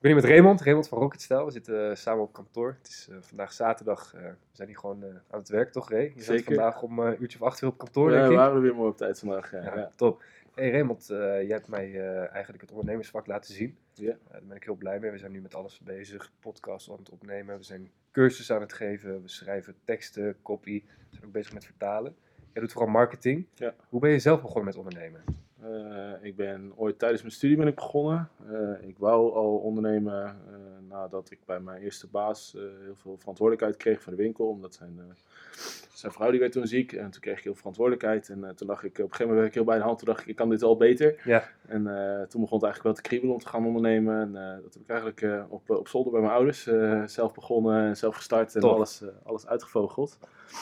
ben hier met Raymond van Rocket Style. We zitten samen op kantoor. Het is vandaag zaterdag. We zijn hier gewoon aan het werk, toch Ray? Je zat Zeker. vandaag om een uurtje of 8 weer op kantoor, Ja, denk we ik. waren er weer mooi op tijd vandaag. Ja, top. Hey Raymond, jij hebt mij eigenlijk het ondernemersvak laten zien. Ja. Daar ben ik heel blij mee. We zijn nu met alles bezig. Podcast aan het opnemen. We zijn cursussen aan het geven. We schrijven teksten, copy. We zijn ook bezig met vertalen. Jij doet vooral marketing. Ja. Hoe ben je zelf begonnen met ondernemen? Ik ben ooit tijdens mijn studie begonnen. Ik wou al ondernemen nadat ik bij mijn eerste baas heel veel verantwoordelijkheid kreeg voor de winkel. Omdat zijn vrouw die werd toen ziek en toen kreeg ik heel veel verantwoordelijkheid. En toen dacht ik, op een gegeven moment werd ik heel bij de hand. Toen dacht ik kan dit al beter. Ja. En toen begon het eigenlijk wel te kriebelen om te gaan ondernemen. En dat heb ik eigenlijk op zolder bij mijn ouders zelf begonnen en zelf gestart en alles uitgevogeld.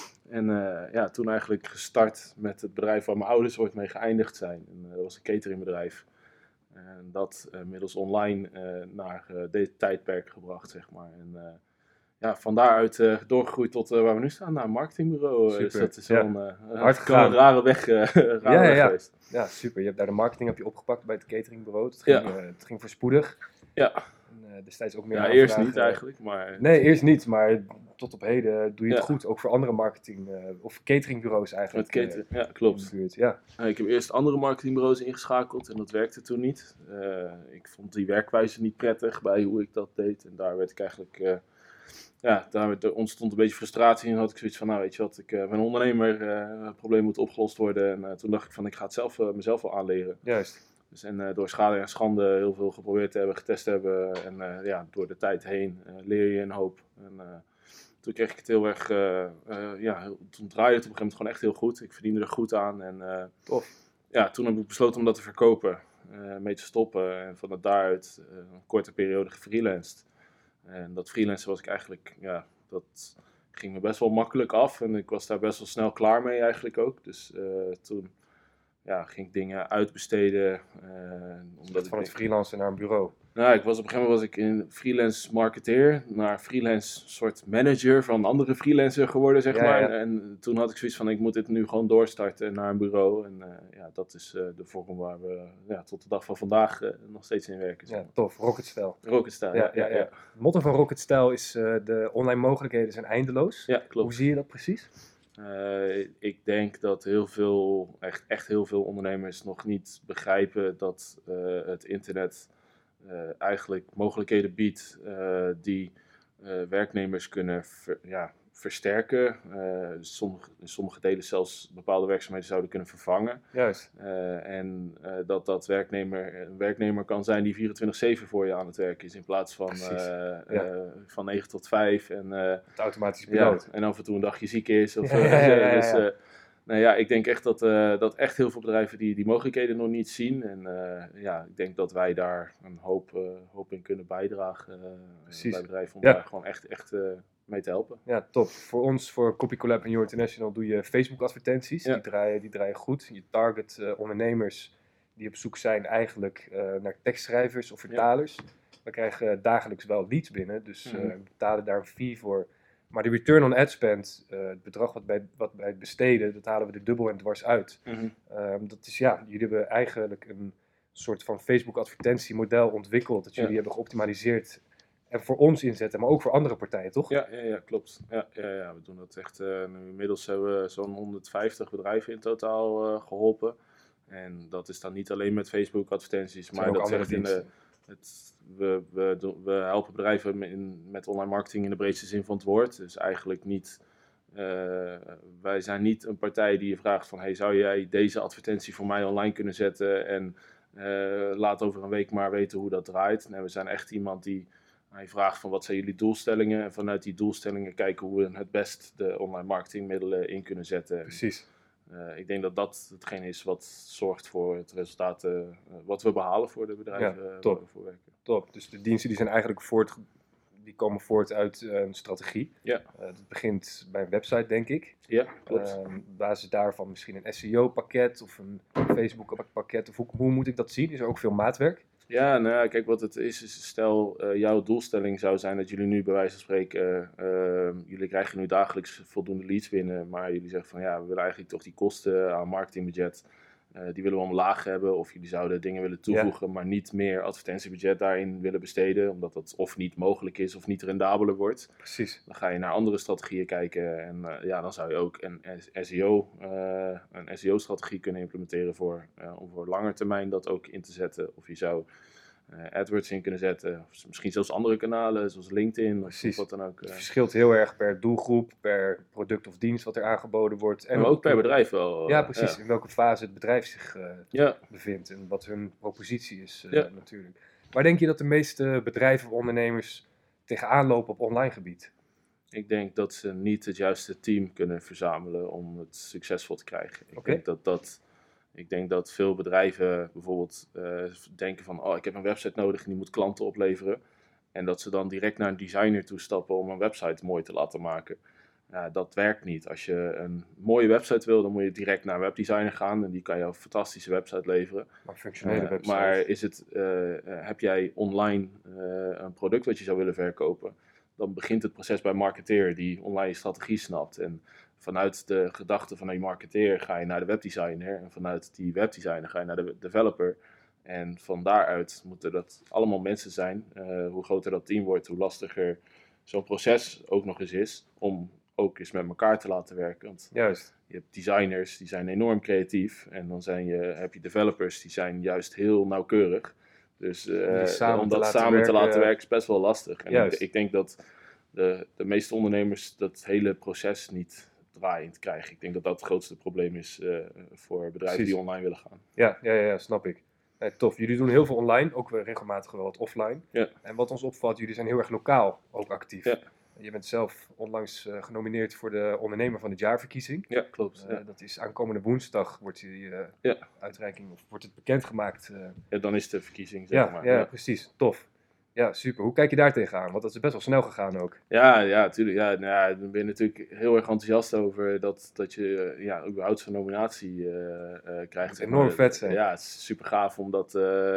En toen eigenlijk gestart met het bedrijf waar mijn ouders ooit mee geëindigd zijn. En, dat was een cateringbedrijf. En dat middels online naar dit tijdperk gebracht, zeg maar. En van daaruit doorgegroeid tot waar we nu staan, naar een marketingbureau. Dus dat is wel een rare weg, geweest. Ja, super. Je hebt daar de marketing heb je opgepakt bij het cateringbureau. Het ging voorspoedig. Ja. Destijds ook meer ja, eerst niet eigenlijk. Maar... Nee, eerst niet, maar tot op heden doe je het goed. Ook voor andere marketing of cateringbureaus eigenlijk. Met catering, ja, klopt. In de buurt, ja. Ik heb eerst andere marketingbureaux ingeschakeld en dat werkte toen niet. Ik vond die werkwijze niet prettig bij hoe ik dat deed. En daar werd ik eigenlijk... daar ontstond een beetje frustratie en had ik zoiets van, nou weet je wat, ik ben ondernemer, het probleem moet opgelost worden. En toen dacht ik van, ik ga het mezelf wel aanleren. Juist. Dus, en door schade en schande heel veel geprobeerd te hebben, getest te hebben. En door de tijd heen leer je een hoop. En toen kreeg ik het heel erg, toen draaide het op een gegeven moment gewoon echt heel goed. Ik verdiende er goed aan. En toen heb ik besloten om dat te verkopen, mee te stoppen. En van daaruit een korte periode gefreelanced. En dat freelancen was ik eigenlijk, dat ging me best wel makkelijk af. En ik was daar best wel snel klaar mee eigenlijk ook. Dus toen ging ik dingen uitbesteden. Omdat van het freelancen naar een bureau. Nou, op een gegeven moment was ik een freelance marketeer naar freelance soort manager van een andere freelancer geworden, zeg maar. Ja. En toen had ik zoiets van, ik moet dit nu gewoon doorstarten naar een bureau. En dat is de vorm waar we tot de dag van vandaag nog steeds in werken. Ja, tof. Rocket Style. Rocket Style, ja. Het motto van Rocket Style is, de online mogelijkheden zijn eindeloos. Ja, klopt. Hoe zie je dat precies? Ik denk dat echt heel veel ondernemers nog niet begrijpen dat het internet eigenlijk mogelijkheden biedt die werknemers kunnen versterken. In sommige delen zelfs bepaalde werkzaamheden zouden kunnen vervangen. Juist. En dat een werknemer kan zijn die 24/7 voor je aan het werken is in plaats van van 9 tot 5. En, het automatisch piloot. En af en toe een dagje ziek is. Ik denk echt dat echt heel veel bedrijven die mogelijkheden nog niet zien. En ik denk dat wij daar een hoop in kunnen bijdragen bij bedrijven om daar gewoon echt mee te helpen. Ja, top. Voor ons, voor Copy Collab en Your International doe je Facebook advertenties. Ja. Die draaien goed. Je target ondernemers die op zoek zijn eigenlijk naar tekstschrijvers of vertalers. We krijgen dagelijks wel leads binnen, dus we betalen daar een fee voor. Maar de return on ad spend, het bedrag wat wij besteden, dat halen we er dubbel en dwars uit. Dat is jullie hebben eigenlijk een soort van Facebook advertentiemodel ontwikkeld, dat jullie hebben geoptimaliseerd en voor ons inzetten, maar ook voor andere partijen, toch? Ja, klopt. Ja, we doen dat echt. Inmiddels hebben we zo'n 150 bedrijven in totaal geholpen. En dat is dan niet alleen met Facebook advertenties, maar dat is echt in de... We helpen bedrijven met online marketing in de breedste zin van het woord. Dus eigenlijk niet... wij zijn niet een partij die je vraagt van... Hey, zou jij deze advertentie voor mij online kunnen zetten? En laat over een week maar weten hoe dat draait. Nee, we zijn echt iemand die... Hij vraagt van wat zijn jullie doelstellingen? En vanuit die doelstellingen kijken hoe we het best de online marketingmiddelen in kunnen zetten. Precies. Ik denk dat hetgeen is wat zorgt voor het resultaat wat we behalen voor de bedrijven waar we voor werken. Top. Dus de diensten die zijn eigenlijk die komen voort uit een strategie. Ja. Dat begint bij een website, denk ik. Ja, klopt. Op basis daarvan misschien een SEO-pakket of een Facebook-pakket. Of hoe moet ik dat zien? Is er ook veel maatwerk? Ja, kijk, wat het is stel jouw doelstelling zou zijn dat jullie nu bij wijze van spreken, jullie krijgen nu dagelijks voldoende leads binnen, maar jullie zeggen van we willen eigenlijk toch die kosten aan marketingbudget die willen we omlaag hebben. Of jullie zouden dingen willen toevoegen, maar niet meer advertentiebudget daarin willen besteden. Omdat dat of niet mogelijk is of niet rendabeler wordt. Precies. Dan ga je naar andere strategieën kijken. En dan zou je ook een SEO-strategie kunnen implementeren om voor lange termijn dat ook in te zetten. Of je zou AdWords in kunnen zetten. Of misschien zelfs andere kanalen, zoals LinkedIn of wat dan ook. Het verschilt heel erg per doelgroep, per product of dienst wat er aangeboden wordt. En maar ook per bedrijf wel. Ja, precies. In welke fase het bedrijf zich bevindt en wat hun propositie is natuurlijk. Waar denk je dat de meeste bedrijven of ondernemers tegenaan lopen op online gebied? Ik denk dat ze niet het juiste team kunnen verzamelen om het succesvol te krijgen. Ik denk dat veel bedrijven bijvoorbeeld denken van, ik heb een website nodig en die moet klanten opleveren. En dat ze dan direct naar een designer toestappen om een website mooi te laten maken. Dat werkt niet. Als je een mooie website wil, dan moet je direct naar een webdesigner gaan en die kan jou een fantastische website leveren. Maar functionele website. Maar heb jij online een product wat je zou willen verkopen, dan begint het proces bij een marketeer die online strategie snapt. En vanuit de gedachte van die marketeer ga je naar de webdesigner. En vanuit die webdesigner ga je naar de developer. En van daaruit moeten dat allemaal mensen zijn. Hoe groter dat team wordt, hoe lastiger zo'n proces ook nog eens is. Om ook eens met elkaar te laten werken. Want juist. Je hebt designers, die zijn enorm creatief. En dan heb je developers, die zijn juist heel nauwkeurig. Dus om dat samen te laten werken is best wel lastig. En ik denk dat de meeste ondernemers dat hele proces niet draaiend krijgen. Ik denk dat dat het grootste probleem is voor bedrijven die online willen gaan. Ja, snap ik. Tof. Jullie doen heel veel online, ook regelmatig wel wat offline. Ja. En wat ons opvalt, jullie zijn heel erg lokaal ook actief. Ja. Je bent zelf onlangs genomineerd voor de Ondernemer van het Jaarverkiezing. Ja, klopt. Dat is aankomende woensdag wordt die uitreiking, of wordt het bekendgemaakt. Dan is de verkiezing, zeg maar. Ja, precies. Tof. Ja, super. Hoe kijk je daar tegenaan? Want dat is best wel snel gegaan ook. Ja, tuurlijk. Ja, daar ben je natuurlijk heel erg enthousiast over dat je überhaupt zo'n nominatie krijgt. Dat is enorm vet zijn. Ja, het is super gaaf om dat...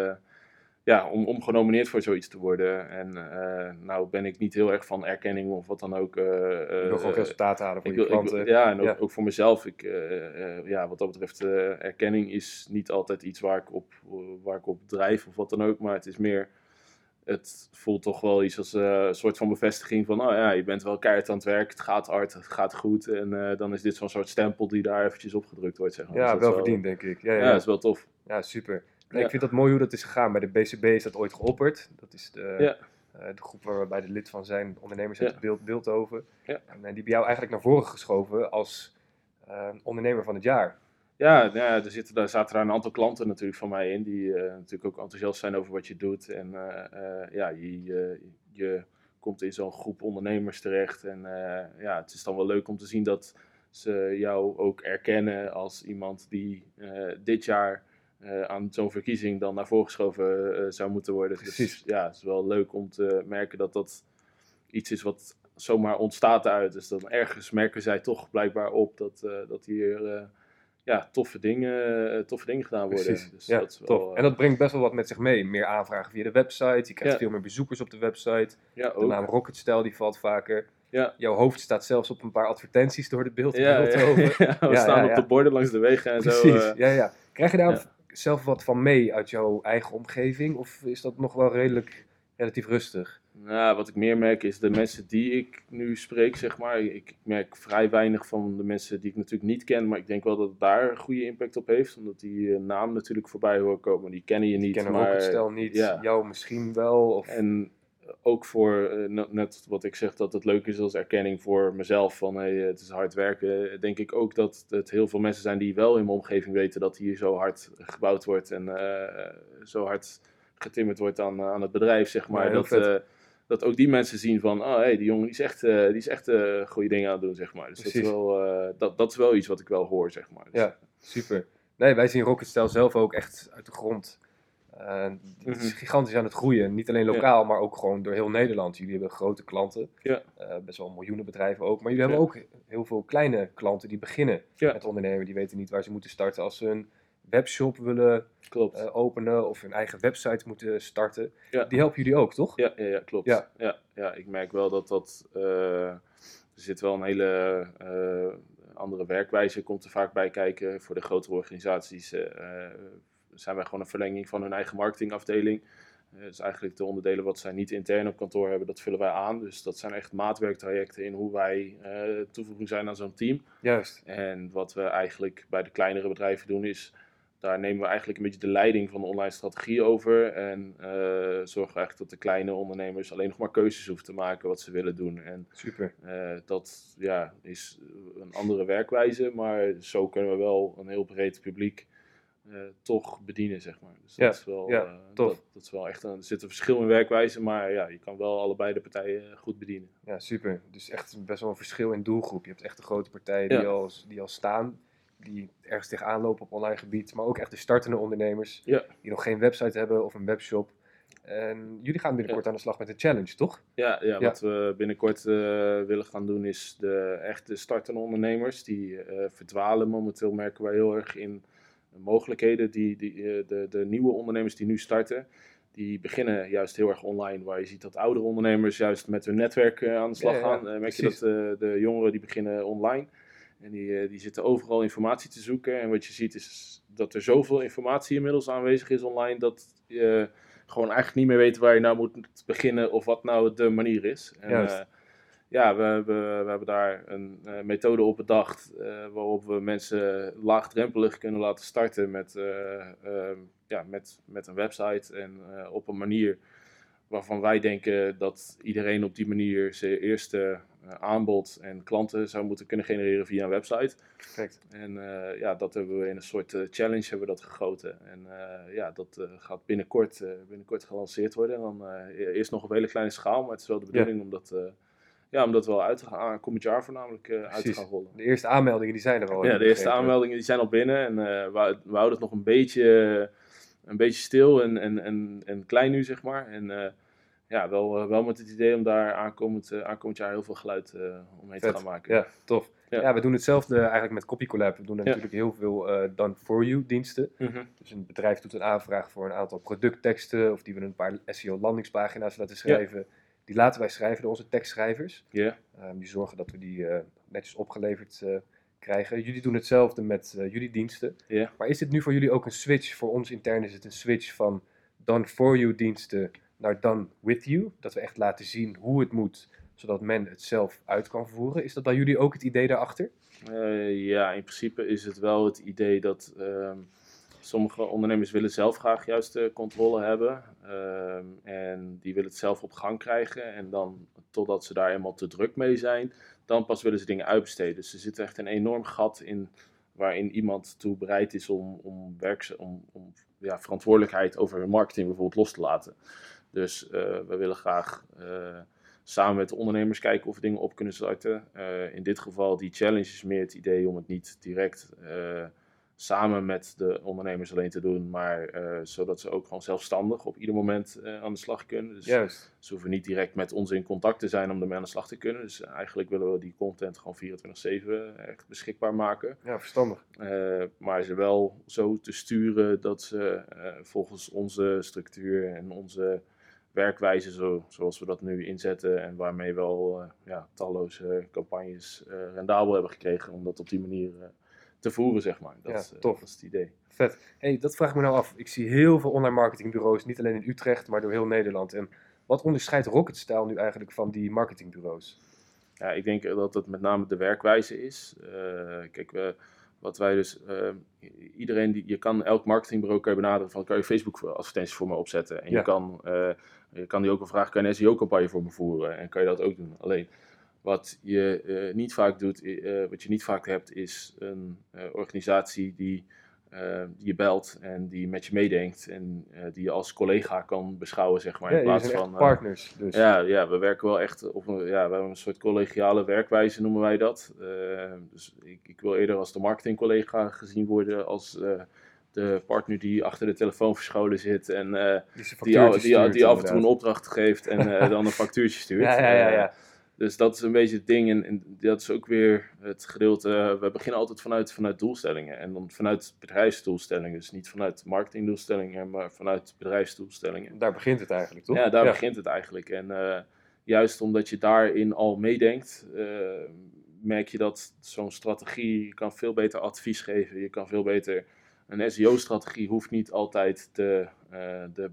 om genomineerd voor zoiets te worden. En nou ben ik niet heel erg van erkenning of wat dan ook. Je wil gewoon resultaat halen voor je klanten. Ook voor mezelf. Wat dat betreft, erkenning is niet altijd iets waar ik op drijf of wat dan ook. Maar het is meer... Het voelt toch wel iets als een soort van bevestiging van... je bent wel keihard aan het werk, het gaat hard, het gaat goed. En dan is dit zo'n soort stempel die daar eventjes opgedrukt wordt, zeg maar. Ja, dus wel verdiend, denk ik. Ja, dat is wel tof. Ja, super. Ik vind dat mooi hoe dat is gegaan. Bij de BCB is dat ooit geopperd. Dat is de groep waar we bij de lid van zijn, ondernemers uit Beeldhoven. Ja. En die bij jou eigenlijk naar voren geschoven als ondernemer van het jaar. Daar zaten daar een aantal klanten natuurlijk van mij in, die natuurlijk ook enthousiast zijn over wat je doet. En je komt in zo'n groep ondernemers terecht. En het is dan wel leuk om te zien dat ze jou ook erkennen als iemand die dit jaar aan zo'n verkiezing dan naar voren geschoven zou moeten worden. Precies. Dus het is wel leuk om te merken dat dat iets is wat zomaar ontstaat eruit. Dus dan ergens merken zij toch blijkbaar op dat hier... toffe dingen gedaan worden. Precies. Dus dat is wel, tof. En dat brengt best wel wat met zich mee. Meer aanvragen via de website. Je krijgt veel meer bezoekers op de website. Ja, ook. De naam Rocketstijl die valt vaker. Ja. Jouw hoofd staat zelfs op een paar advertenties door de beeld. We staan op de borden langs de wegen en Precies. zo. Krijg je daar zelf wat van mee uit jouw eigen omgeving? Of is dat nog wel relatief rustig? Nou, wat ik meer merk is de mensen die ik nu spreek, zeg maar. Ik merk vrij weinig van de mensen die ik natuurlijk niet ken. Maar ik denk wel dat het daar een goede impact op heeft. Omdat die naam natuurlijk voorbij horen komen. Die kennen je niet. Die kennen Rocketstijl niet. Jou misschien wel. Of... En ook voor, net wat ik zeg, dat het leuk is als erkenning voor mezelf. Van het is hard werken. Denk ik ook dat het heel veel mensen zijn die wel in mijn omgeving weten dat hier zo hard gebouwd wordt. En zo hard getimmerd wordt aan het bedrijf, zeg maar. Dat ook die mensen zien van, die jongen die is echt goede dingen aan het doen, zeg maar. Dus dat is wel iets wat ik wel hoor, zeg maar. Dus, ja, super. Nee, wij zien Rocketstijl zelf ook echt uit de grond. Het is gigantisch aan het groeien. Niet alleen lokaal, maar ook gewoon door heel Nederland. Jullie hebben grote klanten. Ja. Best wel miljoenen bedrijven ook. Maar jullie hebben ook heel veel kleine klanten die beginnen met ondernemen. Die weten niet waar ze moeten starten als ze een webshop willen openen of hun eigen website moeten starten. Ja. Die helpen jullie ook, toch? Ja, klopt. Ja, ik merk wel dat er zit wel een hele andere werkwijze komt er vaak bij kijken. Voor de grotere organisaties zijn wij gewoon een verlenging van hun eigen marketingafdeling. Dus eigenlijk de onderdelen wat zij niet intern op kantoor hebben, dat vullen wij aan. Dus dat zijn echt maatwerktrajecten in hoe wij toevoeging zijn aan zo'n team. Juist. En wat we eigenlijk bij de kleinere bedrijven doen is, daar nemen we eigenlijk een beetje de leiding van de online strategie over. En zorgen we eigenlijk dat de kleine ondernemers alleen nog maar keuzes hoeven te maken wat ze willen doen. En, super. Dat is een andere werkwijze, maar zo kunnen we wel een heel breed publiek toch bedienen, zeg maar. Dus dat is wel, tof. Dat is wel echt er zit een verschil in werkwijze, maar ja, je kan wel allebei de partijen goed bedienen. Ja, super. Dus echt best wel een verschil in doelgroep. Je hebt echt de grote partijen die al staan, die ergens tegenaan lopen op online gebied, maar ook echt de startende ondernemers die nog geen website hebben of een webshop. En jullie gaan binnenkort aan de slag met een challenge, toch? Ja, wat we binnenkort willen gaan doen is de echte startende ondernemers. Die verdwalen momenteel, merken wij heel erg in mogelijkheden. De nieuwe ondernemers die nu starten, die beginnen juist heel erg online. Waar je ziet dat oudere ondernemers juist met hun netwerk aan de slag gaan. Merk je dat de jongeren die beginnen online. En die zitten overal informatie te zoeken. En wat je ziet is dat er zoveel informatie inmiddels aanwezig is online, dat je gewoon eigenlijk niet meer weet waar je nou moet beginnen of wat nou de manier is. En, we hebben daar een methode op bedacht waarop we mensen laagdrempelig kunnen laten starten met een website en op een manier waarvan wij denken dat iedereen op die manier zijn eerste aanbod en klanten zou moeten kunnen genereren via een website. Perfect. En dat hebben we in een soort challenge hebben we dat gegoten. En dat gaat binnenkort gelanceerd worden. En dan eerst nog op hele kleine schaal, maar het is wel de bedoeling om dat wel uit te gaan, komend jaar voornamelijk uit te gaan rollen. De eerste aanmeldingen die zijn er al. Ja, de eerste aanmeldingen die zijn al binnen. En we houden het nog een beetje stil en klein nu, zeg maar. En wel met het idee om daar aankomend jaar heel veel geluid omheen te gaan maken. Ja, tof. Ja, we doen hetzelfde eigenlijk met Copycollab. We doen natuurlijk heel veel done-for-you diensten. Mm-hmm. Dus een bedrijf doet een aanvraag voor een aantal productteksten of die we een paar SEO-landingspagina's laten schrijven. Ja. Die laten wij schrijven door onze tekstschrijvers. Yeah. Die zorgen dat we die netjes opgeleverd krijgen. Jullie doen hetzelfde met jullie diensten. Yeah. Maar is dit nu voor jullie ook een switch? Voor ons intern is het een switch van done-for-you diensten naar done with you. Dat we echt laten zien hoe het moet, zodat men het zelf uit kan voeren. Is dat bij jullie ook het idee daarachter? In principe is het wel het idee dat sommige ondernemers willen zelf graag juist de controle hebben. En die willen het zelf op gang krijgen. En dan, totdat ze daar eenmaal te druk mee zijn, dan pas willen ze dingen uitbesteden. Dus er zit echt een enorm gat in waarin iemand toe bereid is om verantwoordelijkheid over hun marketing bijvoorbeeld los te laten. Dus we willen graag samen met de ondernemers kijken of we dingen op kunnen starten. In dit geval, die challenge is meer het idee om het niet direct samen met de ondernemers alleen te doen, maar zodat ze ook gewoon zelfstandig op ieder moment aan de slag kunnen. Dus Juist. ze hoeven niet direct met ons in contact te zijn om ermee aan de slag te kunnen. Dus eigenlijk willen we die content gewoon 24/7 echt beschikbaar maken. Ja, verstandig. Maar ze wel zo te sturen dat ze volgens onze structuur en onze werkwijze, zoals we dat nu inzetten en waarmee we al talloze campagnes rendabel hebben gekregen, om dat op die manier te voeren, zeg maar. Dat is het idee. Vet. Hey, dat vraag ik me nou af. Ik zie heel veel online marketingbureaus, niet alleen in Utrecht, maar door heel Nederland. En wat onderscheidt Rocketstyle nu eigenlijk van die marketingbureaus? Ja, ik denk dat het met name de werkwijze is. Wat wij dus, je kan elk marketingbureau benaderen van, kan je Facebook advertenties voor me opzetten? En je kan die ook wel vragen, kan je een SEO-campagne voor me voeren? En kan je dat ook doen? Alleen, wat je niet vaak doet, wat je niet vaak hebt, is een organisatie die je belt en die met je meedenkt en die je als collega kan beschouwen, zeg maar. In plaats van partners. Dus. Ja, we werken wel echt we hebben een soort collegiale werkwijze, noemen wij dat. Dus ik wil eerder als de marketingcollega gezien worden als de partner die achter de telefoon verscholen zit en die af en toe een opdracht geeft en dan een factuurtje stuurt. Ja. Dus dat is een beetje het ding en dat is ook weer het gedeelte, we beginnen altijd vanuit doelstellingen en dan vanuit bedrijfsdoelstellingen, dus niet vanuit marketingdoelstellingen, maar vanuit bedrijfsdoelstellingen. Daar begint het eigenlijk, toch? Ja, begint het eigenlijk en juist omdat je daarin al meedenkt, merk je dat zo'n strategie, je kan veel beter advies geven, je kan veel beter, een SEO-strategie hoeft niet altijd de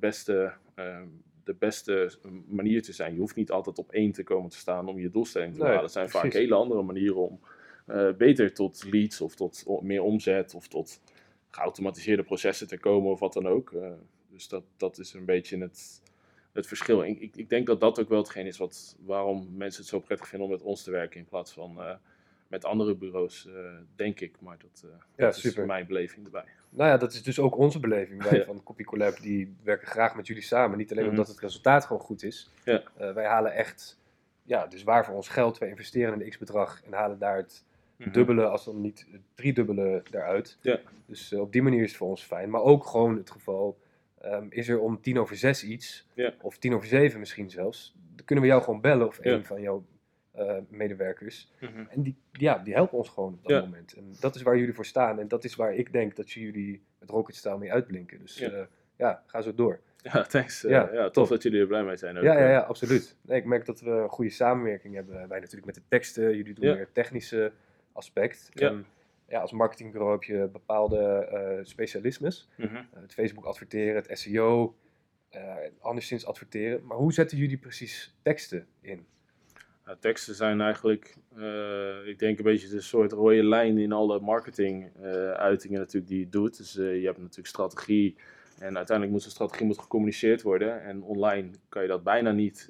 beste manier te zijn. Je hoeft niet altijd op 1 te komen te staan om je doelstelling te behalen. Het zijn vaak hele andere manieren om beter tot leads of tot meer omzet of tot geautomatiseerde processen te komen of wat dan ook. Dus dat is een beetje het verschil. Ik denk dat dat ook wel hetgeen is waarom mensen het zo prettig vinden om met ons te werken in plaats van met andere bureaus, denk ik. Maar dat is mijn beleving erbij. Nou ja, dat is dus ook onze beleving. Wij van Copycollab die werken graag met jullie samen. Niet alleen omdat het resultaat gewoon goed is. Ja. Wij halen echt, dus waar voor ons geld. Wij investeren een x-bedrag en halen daar het dubbele, als dan niet het driedubbele daaruit. Ja. Dus op die manier is het voor ons fijn. Maar ook gewoon het geval, is er om 6:10 iets, of 6:10 misschien zelfs, dan kunnen we jou gewoon bellen of een van jouw medewerkers. En die helpen ons gewoon op dat moment. En dat is waar jullie voor staan. En dat is waar ik denk dat jullie met Rocket Style mee uitblinken. Dus ga zo door. Ja, thanks. Tof dat jullie er blij mee zijn ook. Ja, absoluut. Nee, ik merk dat we een goede samenwerking hebben. Wij natuurlijk met de teksten. Jullie doen meer het technische aspect. En, als marketingbureau heb je bepaalde specialismes. Het Facebook adverteren, het SEO, anderszins adverteren. Maar hoe zetten jullie precies teksten in? Teksten zijn eigenlijk, ik denk een beetje de soort rode lijn in alle marketing uitingen natuurlijk die je doet. Dus je hebt natuurlijk strategie en uiteindelijk moet zo'n strategie gecommuniceerd worden. En online kan je dat bijna niet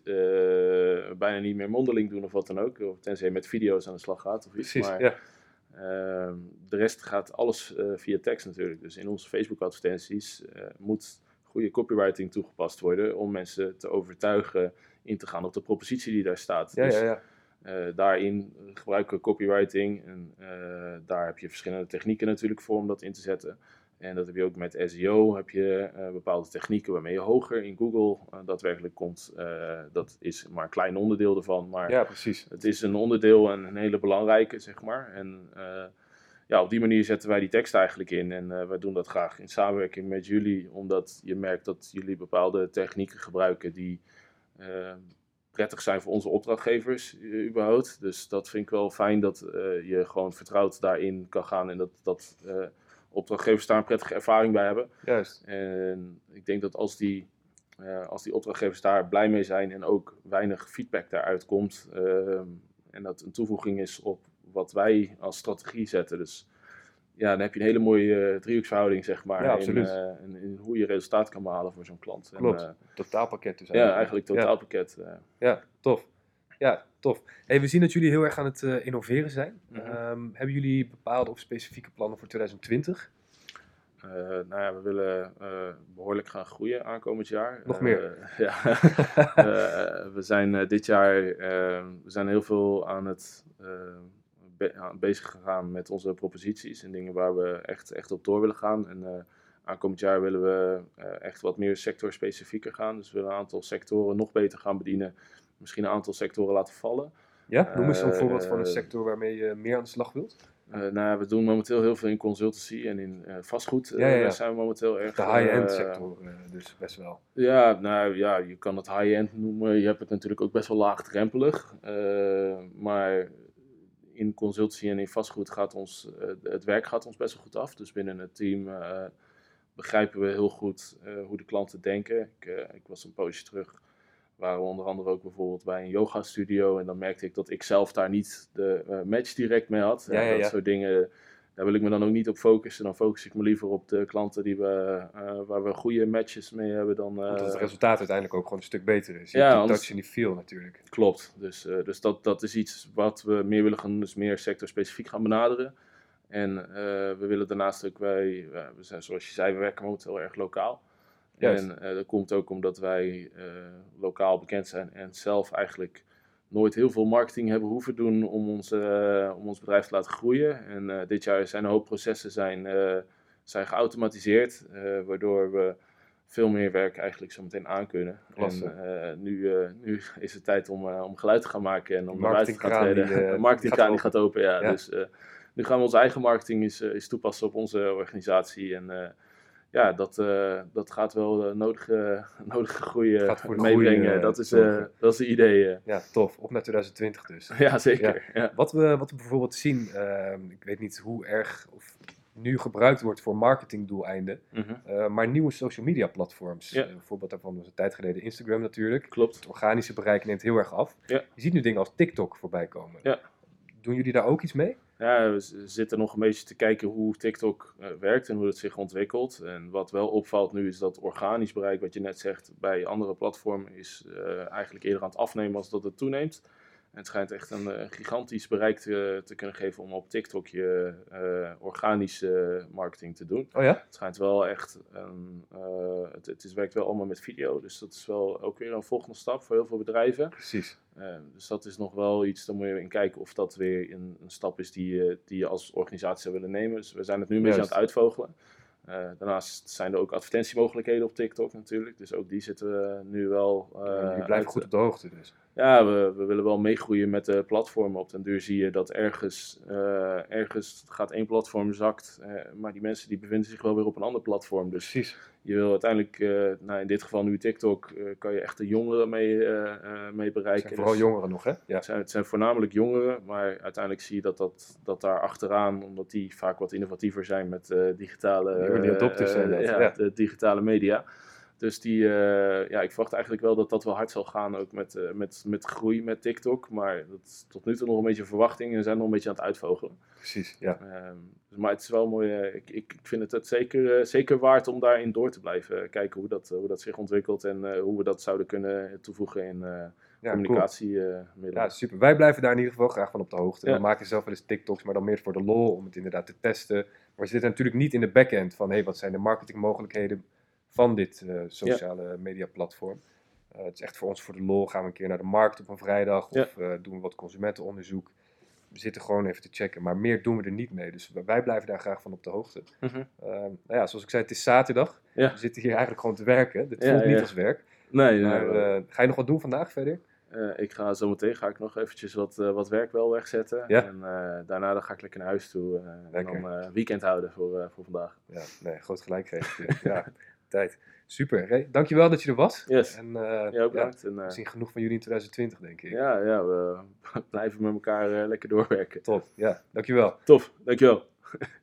meer mondeling doen of wat dan ook. Of tenzij je met video's aan de slag gaat of iets. Precies, maar de rest gaat alles via tekst natuurlijk. Dus in onze Facebook advertenties moet goede copywriting toegepast worden om mensen te overtuigen in te gaan op de propositie die daar staat. Daarin gebruiken we copywriting en daar heb je verschillende technieken natuurlijk voor om dat in te zetten. En dat heb je ook met SEO, heb je bepaalde technieken waarmee je hoger in Google daadwerkelijk komt. Dat is maar een klein onderdeel ervan, maar precies. Het is een onderdeel en een hele belangrijke, zeg maar. En op die manier zetten wij die tekst eigenlijk in. En wij doen dat graag in samenwerking met jullie, omdat je merkt dat jullie bepaalde technieken gebruiken die prettig zijn voor onze opdrachtgevers überhaupt. Dus dat vind ik wel fijn dat je gewoon vertrouwd daarin kan gaan en dat opdrachtgevers daar een prettige ervaring bij hebben. Juist. En ik denk dat als die opdrachtgevers daar blij mee zijn en ook weinig feedback daaruit komt en dat een toevoeging is op wat wij als strategie zetten. Dus dan heb je een hele mooie driehoeksverhouding, zeg maar, in hoe je resultaat kan behalen voor zo'n klant. Klopt, totaalpakket dus eigenlijk. Ja, eigenlijk totaalpakket. Tof. Ja, tof. Hey, we zien dat jullie heel erg aan het innoveren zijn. Hebben jullie bepaalde of specifieke plannen voor 2020? We willen behoorlijk gaan groeien aankomend jaar. Nog meer? We zijn dit jaar we zijn heel veel aan het bezig gegaan met onze proposities en dingen waar we echt op door willen gaan. En aankomend jaar willen we echt wat meer sectorspecifieker gaan. Dus we willen een aantal sectoren nog beter gaan bedienen. Misschien een aantal sectoren laten vallen. Ja, noem eens een voorbeeld van een sector waarmee je meer aan de slag wilt. We doen momenteel heel veel in consultancy en in vastgoed. Daar zijn we momenteel erg... De high-end sector dus best wel. Je kan het high-end noemen. Je hebt het natuurlijk ook best wel laagdrempelig. Maar in consultancy en in vastgoed gaat het werk gaat ons best wel goed af. Dus binnen het team begrijpen we heel goed hoe de klanten denken. Ik was een poosje terug. Waren we onder andere ook bijvoorbeeld bij een yoga studio. En dan merkte ik dat ik zelf daar niet de match direct mee had. Dat soort dingen, daar wil ik me dan ook niet op focussen. Dan focus ik me liever op de klanten waar we goede matches mee hebben. Want het resultaat uiteindelijk ook gewoon een stuk beter is. Je hebt die touch en die feel natuurlijk. Klopt. Dus dat is iets wat we meer willen gaan, dus meer sectorspecifiek gaan benaderen. En we willen daarnaast ook, we zijn, zoals je zei, we werken momenteel erg lokaal. Yes. En dat komt ook omdat wij lokaal bekend zijn en zelf eigenlijk nooit heel veel marketing hebben hoeven doen om ons bedrijf te laten groeien. En dit jaar zijn een hoop processen zijn geautomatiseerd, waardoor we veel meer werk eigenlijk zo meteen aan kunnen. Klasse. En nu is het tijd om geluid te gaan maken en om naar buiten te gaan treden. De marketingkraan gaat open, Dus nu gaan we onze eigen marketing eens toepassen op onze organisatie. En ja, dat gaat wel nodige groei meebrengen. Groei, dat is het idee. Ja, tof. Op naar 2020 dus. Ja, zeker. Ja. Ja. Wat we bijvoorbeeld zien, ik weet niet hoe erg of nu gebruikt wordt voor marketingdoeleinden, maar nieuwe social media platforms. Ja. Een voorbeeld daarvan was een tijd geleden Instagram natuurlijk. Klopt. Het organische bereik neemt heel erg af. Ja. Je ziet nu dingen als TikTok voorbij komen. Ja. Doen jullie daar ook iets mee? Ja, we zitten nog een beetje te kijken hoe TikTok werkt en hoe het zich ontwikkelt. En wat wel opvalt nu is dat organisch bereik, wat je net zegt, bij andere platformen is eigenlijk eerder aan het afnemen als dat het toeneemt. En het schijnt echt een gigantisch bereik te kunnen geven om op TikTok je organische marketing te doen. Oh ja? Het schijnt wel echt, het werkt wel allemaal met video, dus dat is wel ook weer een volgende stap voor heel veel bedrijven. Precies. Dus dat is nog wel iets, daar moet je in kijken of dat weer een stap is die je als organisatie zou willen nemen. Dus we zijn het nu een beetje aan het uitvogelen. Daarnaast zijn er ook advertentiemogelijkheden op TikTok natuurlijk, dus ook die zitten we nu wel... jullie blijven goed op de hoogte dus. Ja, we willen wel meegroeien met de platformen. Op den duur zie je dat ergens gaat één platform zakt, maar die mensen die bevinden zich wel weer op een ander platform. Dus precies. Je wil uiteindelijk, in dit geval nu TikTok, kan je echt de jongeren mee bereiken. Het zijn vooral jongeren nog, hè? Ja. Het zijn voornamelijk jongeren, maar uiteindelijk zie je dat daar achteraan, omdat die vaak wat innovatiever zijn met digitale... Early adopters zijn dat. Ja, de digitale media. Dus ik verwacht eigenlijk wel dat dat wel hard zal gaan, ook met groei met TikTok. Maar dat is tot nu toe nog een beetje verwachting en we zijn nog een beetje aan het uitvogelen. Precies, ja. Maar het is wel mooi, ik vind het zeker waard om daarin door te blijven kijken hoe dat zich ontwikkelt en hoe we dat zouden kunnen toevoegen in communicatiemiddelen. Ja, super. Wij blijven daar in ieder geval graag van op de hoogte. Ja. We maken zelf wel eens TikToks, maar dan meer voor de lol, om het inderdaad te testen. Maar we zitten natuurlijk niet in de backend van, wat zijn de marketingmogelijkheden van dit sociale media platform. Het is echt voor ons voor de lol. Gaan we een keer naar de markt op een vrijdag of doen we wat consumentenonderzoek. We zitten gewoon even te checken, maar meer doen we er niet mee. Dus wij blijven daar graag van op de hoogte. Zoals ik zei, het is zaterdag. Ja. We zitten hier eigenlijk gewoon te werken. Dit voelt niet als werk. Nee, ga je nog wat doen vandaag verder? Ik ga zometeen nog eventjes wat werk wel wegzetten. Ja? En daarna dan ga ik lekker naar huis toe. En dan weekend houden voor vandaag. Ja, nee, groot gelijk geven. Ja, tijd. Super. Ray, dankjewel dat je er was. Yes. En ook bedankt. we zien genoeg van jullie in 2020, denk ik. Ja, we blijven met elkaar lekker doorwerken. Top. Ja, dankjewel. Tof, dankjewel.